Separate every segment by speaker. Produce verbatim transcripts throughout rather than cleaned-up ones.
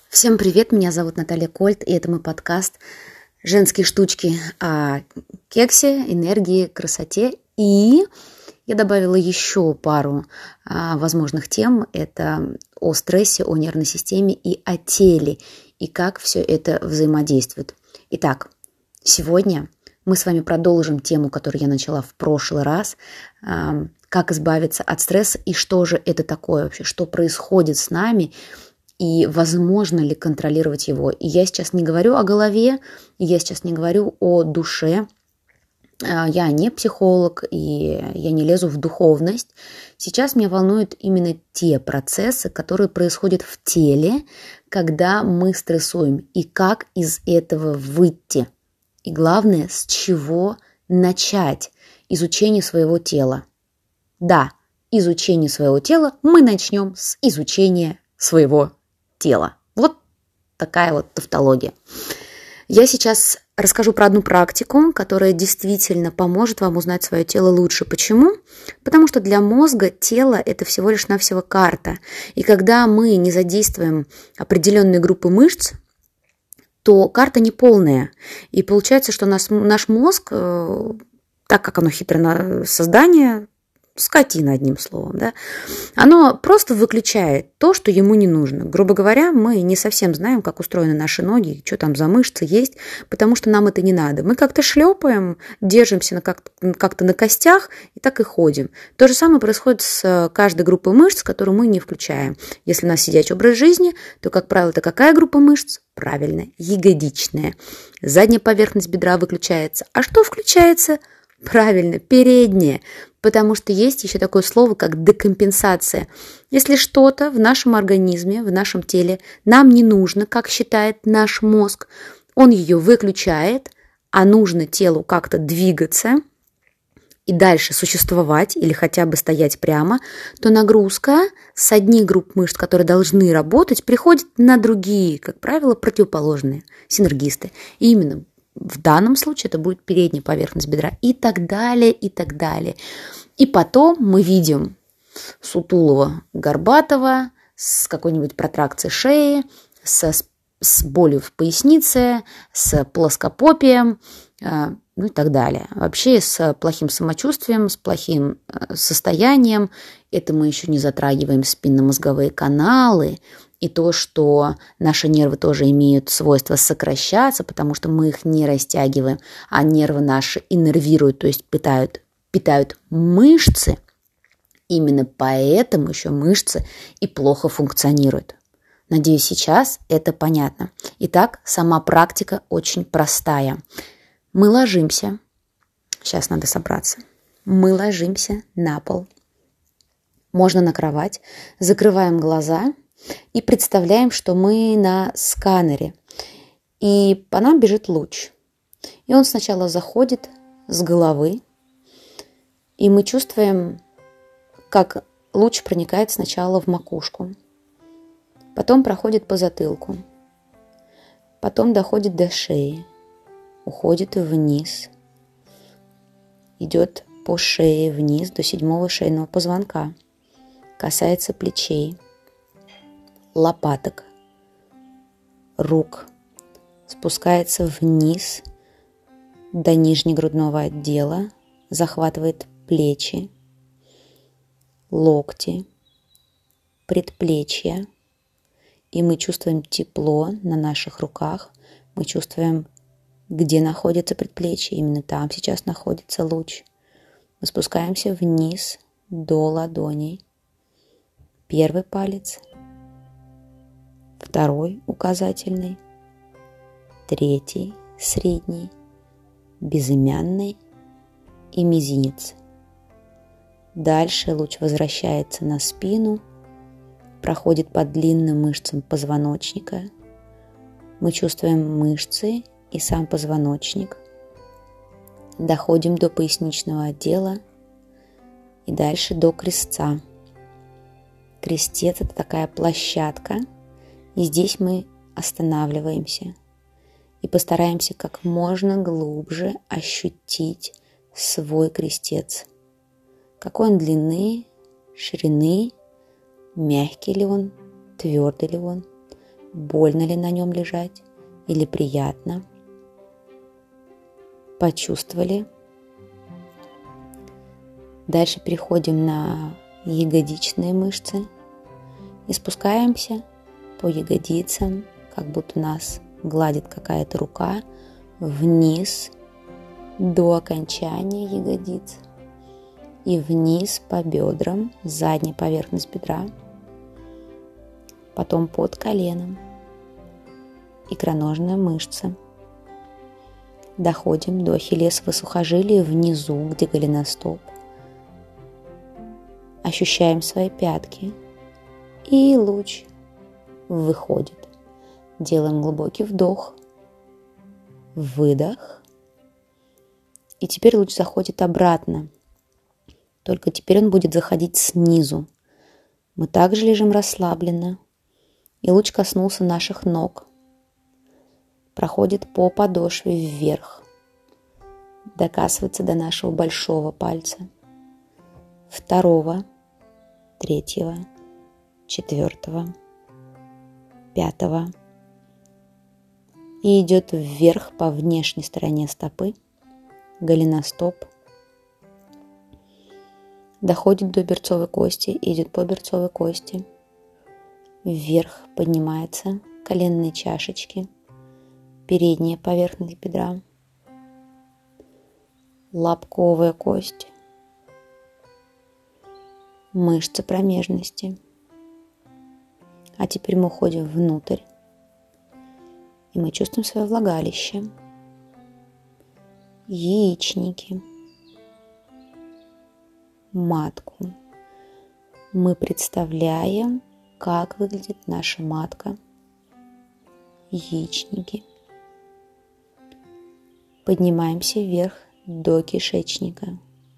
Speaker 1: Всем привет, меня зовут Наталья Кольт, и это мой подкаст «Женские штучки» о кексе, энергии, красоте. И я добавила еще пару а, возможных тем. Это о стрессе, о нервной системе и о теле, и как все это взаимодействует. Итак, сегодня мы с вами продолжим тему, которую я начала в прошлый раз, а, как избавиться от стресса и что же это такое вообще, что происходит с нами, и возможно ли контролировать его. И я сейчас не говорю о голове, я сейчас не говорю о душе. Я не психолог, и я не лезу в духовность. Сейчас меня волнуют именно те процессы, которые происходят в теле, когда мы стрессуем, и как из этого выйти. И главное, с чего начать изучение своего тела. Да, изучение своего тела мы начнем с изучения своего тела. Вот такая вот тавтология. Я сейчас расскажу про одну практику, которая действительно поможет вам узнать свое тело лучше. Почему? Потому что для мозга тело – это всего лишь навсего карта. И когда мы не задействуем определенные группы мышц, то карта не полная. И получается, что наш, наш мозг, так как оно хитрое создание, скотина, одним словом, да, оно просто выключает то, что ему не нужно. Грубо говоря, мы не совсем знаем, как устроены наши ноги, что там за мышцы есть, потому что нам это не надо. Мы как-то шлепаем, держимся на как- как-то на костях и так и ходим. То же самое происходит с каждой группой мышц, которую мы не включаем. Если у нас сидячий образ жизни, то, как правило, это какая группа мышц? Правильно, ягодичная. Задняя поверхность бедра выключается. А что включается? Правильно, передняя. Потому что есть еще такое слово, как декомпенсация. Если что-то в нашем организме, в нашем теле нам не нужно, как считает наш мозг, он ее выключает, а нужно телу как-то двигаться и дальше существовать или хотя бы стоять прямо, то нагрузка с одних групп мышц, которые должны работать, приходит на другие, как правило, противоположные, синергисты. И именно в данном случае это будет передняя поверхность бедра и так далее, и так далее. И потом мы видим сутулого, горбатого, с какой-нибудь протракцией шеи, со, с болью в пояснице, с плоскопопием, ну и так далее. Вообще с плохим самочувствием, с плохим состоянием. Это мы еще не затрагиваем спинномозговые каналы, и то, что наши нервы тоже имеют свойство сокращаться, потому что мы их не растягиваем, а нервы наши иннервируют, то есть питают, питают мышцы. Именно поэтому еще мышцы и плохо функционируют. Надеюсь, сейчас это понятно. Итак, сама практика очень простая. Мы ложимся, сейчас надо собраться, мы ложимся на пол, можно на кровать, закрываем глаза и представляем, что мы на сканере, и по нам бежит луч. И он сначала заходит с головы, и мы чувствуем, как луч проникает сначала в макушку, потом проходит по затылку, потом доходит до шеи, уходит вниз, идет по шее вниз до седьмого шейного позвонка, касается плечей, лопаток, рук, спускается вниз до нижнегрудного отдела, захватывает плечи, локти, предплечья, и мы чувствуем тепло на наших руках, мы чувствуем, где находится предплечье, именно там сейчас находится луч. Мы спускаемся вниз до ладоней. Первый палец, второй указательный, третий средний, безымянный и мизинец. Дальше луч возвращается на спину, проходит по длинным мышцам позвоночника. Мы чувствуем мышцы и сам позвоночник. Доходим до поясничного отдела и дальше до крестца. Крестец – это такая площадка, и здесь мы останавливаемся и постараемся как можно глубже ощутить свой крестец. Какой он длины, ширины, мягкий ли он, твердый ли он, больно ли на нем лежать или приятно. Почувствовали. Дальше переходим на ягодичные мышцы и спускаемся по ягодицам, как будто нас гладит какая-то рука, вниз до окончания ягодиц и вниз по бедрам, задняя поверхность бедра, потом под коленом, икроножная мышца. Доходим до ахиллесового сухожилия внизу, где голеностоп. Ощущаем свои пятки, и луч выходит. Делаем глубокий вдох, выдох. И теперь луч заходит обратно. Только теперь он будет заходить снизу. Мы также лежим расслабленно. И луч коснулся наших ног. Проходит по подошве вверх. Докасывается до нашего большого пальца. Второго, третьего, четвертого, пятого. И идет вверх по внешней стороне стопы. Голеностоп. Доходит до берцовой кости, идет по берцовой кости. Вверх поднимается коленные чашечки, передняя поверхность бедра, лобковая кость, мышцы промежности. А теперь мы уходим внутрь, и мы чувствуем свое влагалище, яичники, матку. Мы представляем, как выглядит наша матка, яичники. Поднимаемся вверх до кишечника.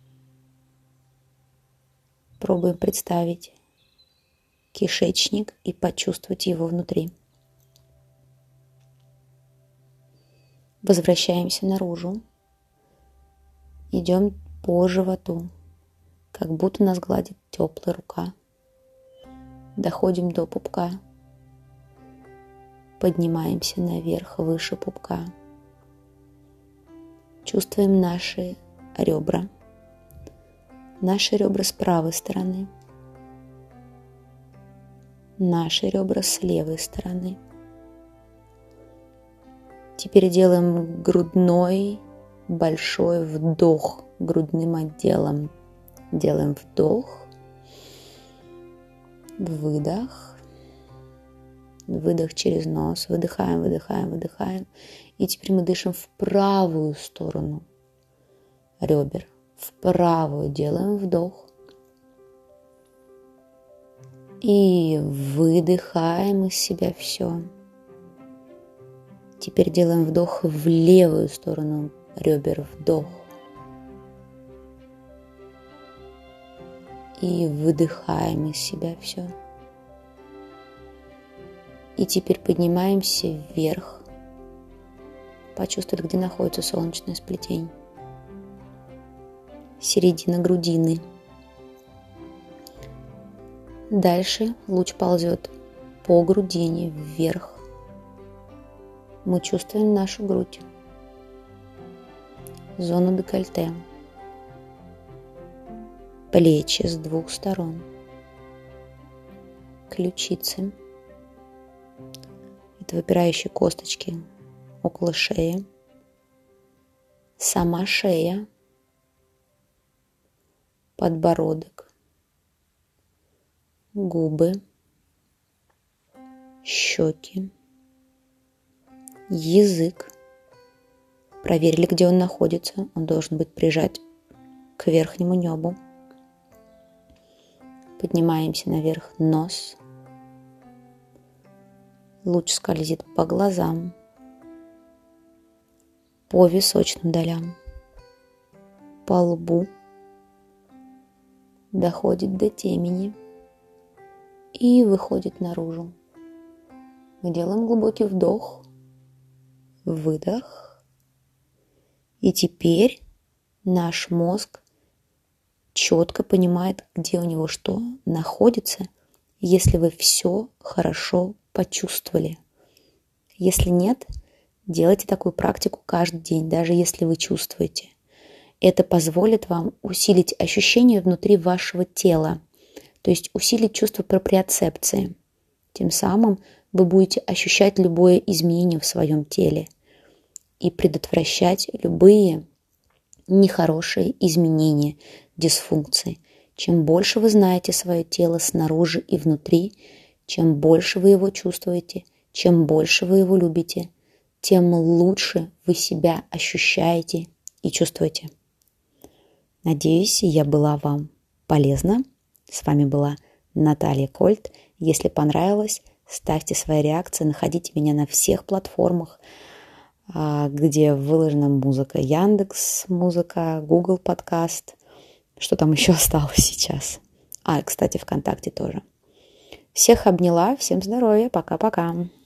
Speaker 1: Пробуем представить кишечник и почувствовать его внутри. Возвращаемся наружу. Идем по животу, как будто нас гладит теплая рука. Доходим до пупка. Поднимаемся наверх, выше пупка. Чувствуем наши ребра. Наши ребра с правой стороны. Наши ребра с левой стороны. Теперь делаем грудной большой вдох грудным отделом. Делаем вдох. Выдох. Выдох через нос. Выдыхаем, выдыхаем, выдыхаем. И теперь мы дышим в правую сторону ребер. В правую делаем вдох. И выдыхаем из себя все. Теперь делаем вдох в левую сторону ребер. Вдох. И выдыхаем из себя все. И теперь поднимаемся вверх. Почувствовать, где находится солнечное сплетение. Середина грудины. Дальше луч ползет по грудине вверх. Мы чувствуем нашу грудь. Зону декольте. Плечи с двух сторон. Ключицы. Это выпирающие косточки около шеи. Сама шея. Подбородок. Губы. Щеки. Язык. Проверили, где он находится. Он должен быть прижат к верхнему небу. Поднимаемся наверх. Нос. Луч скользит по глазам, по височным долям, по лбу, доходит до темени и выходит наружу. Мы делаем глубокий вдох, выдох. И теперь наш мозг четко понимает, где у него что находится, если вы все хорошо почувствовали. Если нет, делайте такую практику каждый день, даже если вы чувствуете. Это позволит вам усилить ощущения внутри вашего тела, то есть усилить чувство проприоцепции. Тем самым вы будете ощущать любое изменение в своем теле и предотвращать любые нехорошие изменения, дисфункции. Чем больше вы знаете свое тело снаружи и внутри, чем больше вы его чувствуете, чем больше вы его любите, тем лучше вы себя ощущаете и чувствуете. Надеюсь, я была вам полезна. С вами была Наталья Кольт. Если понравилось, ставьте свои реакции, находите меня на всех платформах, где выложена музыка. Яндекс.Музыка, Google Подкаст. Что там еще осталось сейчас? А, кстати, ВКонтакте тоже. Всех обняла, всем здоровья, пока-пока.